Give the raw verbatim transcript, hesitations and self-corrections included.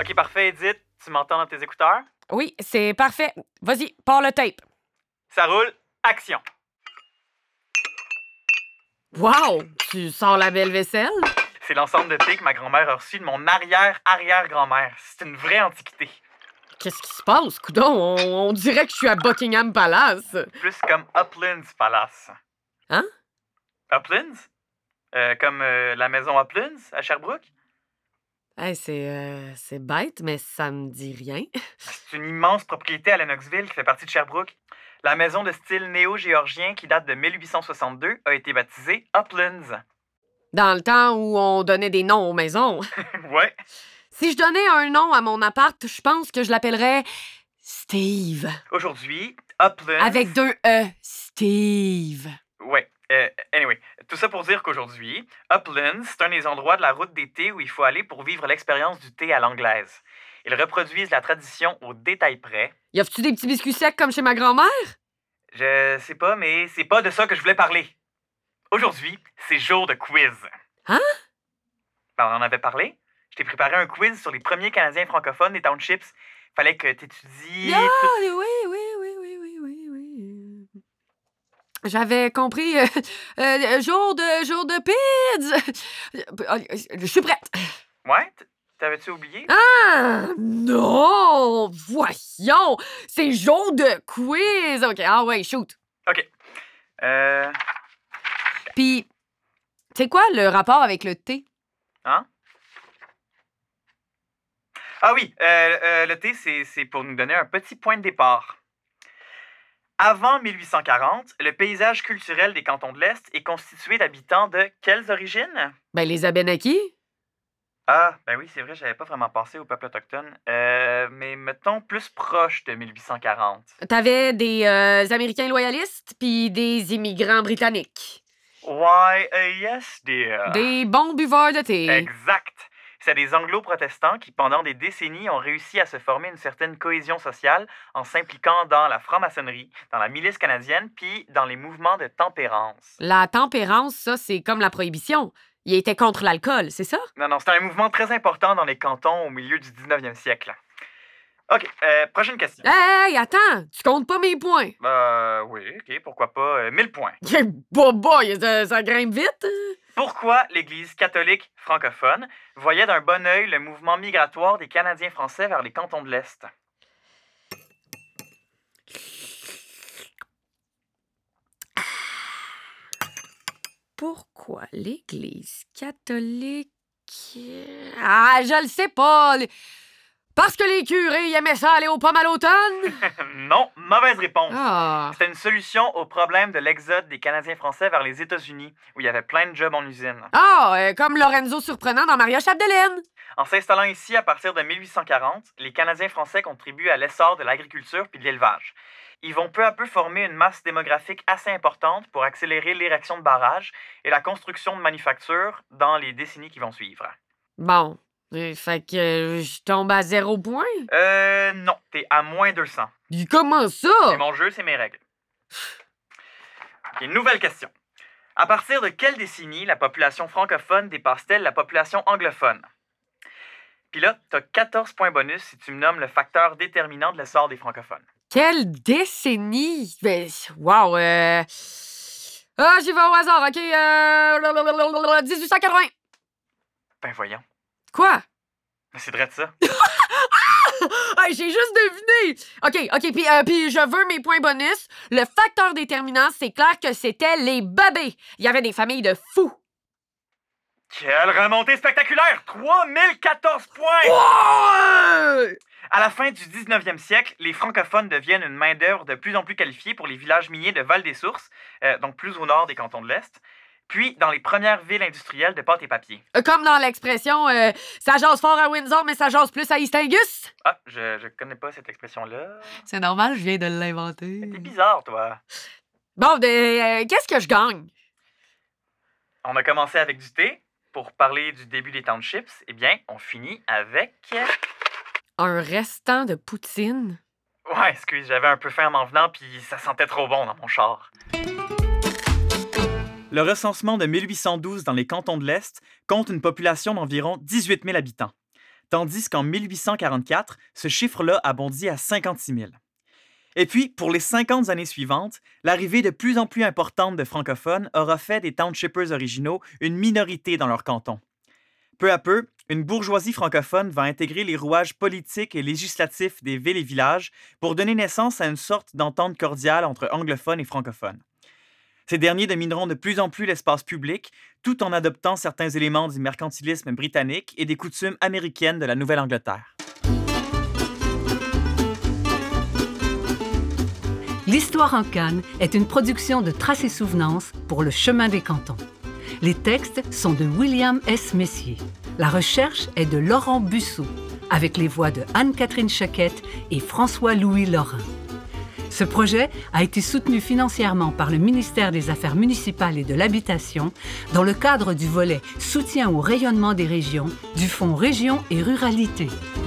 OK, parfait, Edith. Tu m'entends dans tes écouteurs? Oui, c'est parfait. Vas-y, pars le tape. Ça roule. Action. Wow! Tu sors la belle vaisselle? C'est l'ensemble de thé que ma grand-mère a reçu de mon arrière-arrière-grand-mère. C'est une vraie antiquité. Qu'est-ce qui se passe, coudon? On, on dirait que je suis à Buckingham Palace. Plus comme Uplands Palace. Hein? Uplands? Euh, comme euh, la maison Uplands à Sherbrooke? Hey, c'est, euh, c'est bête, mais ça me dit rien. C'est une immense propriété à Lennoxville qui fait partie de Sherbrooke. La maison de style néo-géorgien qui date de mille huit cent soixante-deux a été baptisée Uplands. Dans le temps où on donnait des noms aux maisons. Ouais. Si je donnais un nom à mon appart, je pense que je l'appellerais Steve. Aujourd'hui, Uplands... Avec deux E. Steve. Ouais. Euh, anyway, tout ça pour dire qu'aujourd'hui, Uplands, c'est un des endroits de la route des thés où il faut aller pour vivre l'expérience du thé à l'anglaise. Ils reproduisent la tradition au détail près. Y a-tu des petits biscuits secs comme chez ma grand-mère? Je sais pas, mais c'est pas de ça que je voulais parler. Aujourd'hui, c'est jour de quiz. Hein? Ben, on en avait parlé. Je t'ai préparé un quiz sur les premiers Canadiens francophones des townships. Fallait que t'étudies... Ah, tout- oui, oui, oui, oui, oui, oui, oui. J'avais compris. euh, euh, jour de jour de pids. Je suis prête. Ouais? t- T'avais-tu oublié? Ah non, voyons, c'est jour de quiz. Ok, ah ouais, shoot. OK. Euh... Puis, c'est quoi le rapport avec le thé? Hein? Ah oui, euh, euh, le thé, c'est, c'est pour nous donner un petit point de départ. Avant mille huit cent quarante, le paysage culturel des cantons de l'Est est constitué d'habitants de quelles origines? Ben les Abénakis. Ah, ben oui, c'est vrai, j'avais pas vraiment pensé au peuple autochtone. Euh, mais mettons plus proche de mille huit cent quarante. T'avais des euh, Américains loyalistes puis des immigrants britanniques. Why, uh, yes, dear. Des bons buveurs de thé. Exact. C'est des anglo-protestants qui, pendant des décennies, ont réussi à se former une certaine cohésion sociale en s'impliquant dans la franc-maçonnerie, dans la milice canadienne, puis dans les mouvements de tempérance. La tempérance, ça, c'est comme la prohibition. Il était contre l'alcool, c'est ça? Non, non, c'est un mouvement très important dans les cantons au milieu du dix-neuvième siècle. OK, euh, prochaine question. Hey, attends, tu comptes pas mes points. Euh, oui, OK, pourquoi pas euh, mille points. Boboy, ça, ça grimpe vite. Pourquoi l'Église catholique francophone voyait d'un bon œil le mouvement migratoire des Canadiens français vers les cantons de l'Est? Pourquoi l'Église catholique... Ah, je le sais pas. Parce que les curés ils aimaient ça aller aux pommes à l'automne? Non, mauvaise réponse. Ah. C'était une solution au problème de l'exode des Canadiens français vers les États-Unis, où il y avait plein de jobs en usine. Ah, euh, comme Lorenzo Surprenant dans Maria Chapdelaine. En s'installant ici à partir de mille huit cent quarante, les Canadiens français contribuent à l'essor de l'agriculture puis de l'élevage. Ils vont peu à peu former une masse démographique assez importante pour accélérer l'érection de barrages et la construction de manufactures dans les décennies qui vont suivre. Bon, euh, fait que euh, je tombe à zéro point. Euh, non, t'es à moins deux cents. Et comment ça? C'est mon jeu, c'est mes règles. OK, nouvelle question. À partir de quelle décennie la population francophone dépasse-t-elle la population anglophone? Puis là, t'as quatorze points bonus si tu me nommes le facteur déterminant de l'essor des francophones. Quelle décennie? Ben, wow, euh... Ah, j'y vais au hasard, OK? Euh... dix-huit cent quatre-vingts. Ben voyons. Quoi? Mais c'est vrai de ça. Hey, j'ai juste deviné! OK, OK, puis euh, puis je veux mes points bonus. Le facteur déterminant, c'est clair que c'était les bébés. Il y avait des familles de fous. Quelle remontée spectaculaire! trois mille quatorze points! Ouais! À la fin du dix-neuvième siècle, les francophones deviennent une main-d'œuvre de plus en plus qualifiée pour les villages miniers de Val-des-Sources, euh, donc plus au nord des cantons de l'Est, puis dans les premières villes industrielles de pâte et papier. Euh, Comme dans l'expression euh, ça jase fort à Windsor, mais ça jase plus à East Angus. Ah, je, je connais pas cette expression-là. C'est normal, je viens de l'inventer. Mais t'es bizarre, toi. Bon, de, euh, qu'est-ce que je gagne? On a commencé avec du thé. Pour parler du début des townships, eh bien, on finit avec... Un restant de poutine? Ouais, excuse, j'avais un peu faim en m'en venant, puis ça sentait trop bon dans mon char. Le recensement de mille huit cent douze dans les cantons de l'Est compte une population d'environ dix-huit mille habitants. tandis qu'en mille huit cent quarante-quatre, ce chiffre-là a bondi à cinquante-six mille. Et puis, pour les cinquante années suivantes, l'arrivée de plus en plus importante de francophones aura fait des townshippers originaux une minorité dans leur canton. Peu à peu, une bourgeoisie francophone va intégrer les rouages politiques et législatifs des villes et villages pour donner naissance à une sorte d'entente cordiale entre anglophones et francophones. Ces derniers domineront de plus en plus l'espace public, tout en adoptant certains éléments du mercantilisme britannique et des coutumes américaines de la Nouvelle-Angleterre. L'Histoire en Cannes est une production de Traces et Souvenances pour le Chemin des Cantons. Les textes sont de William S. Messier. La recherche est de Laurent Busseau, avec les voix de Anne-Catherine Choquette et François-Louis Lorrain. Ce projet a été soutenu financièrement par le ministère des Affaires municipales et de l'Habitation dans le cadre du volet Soutien au rayonnement des régions du Fonds Régions et Ruralité.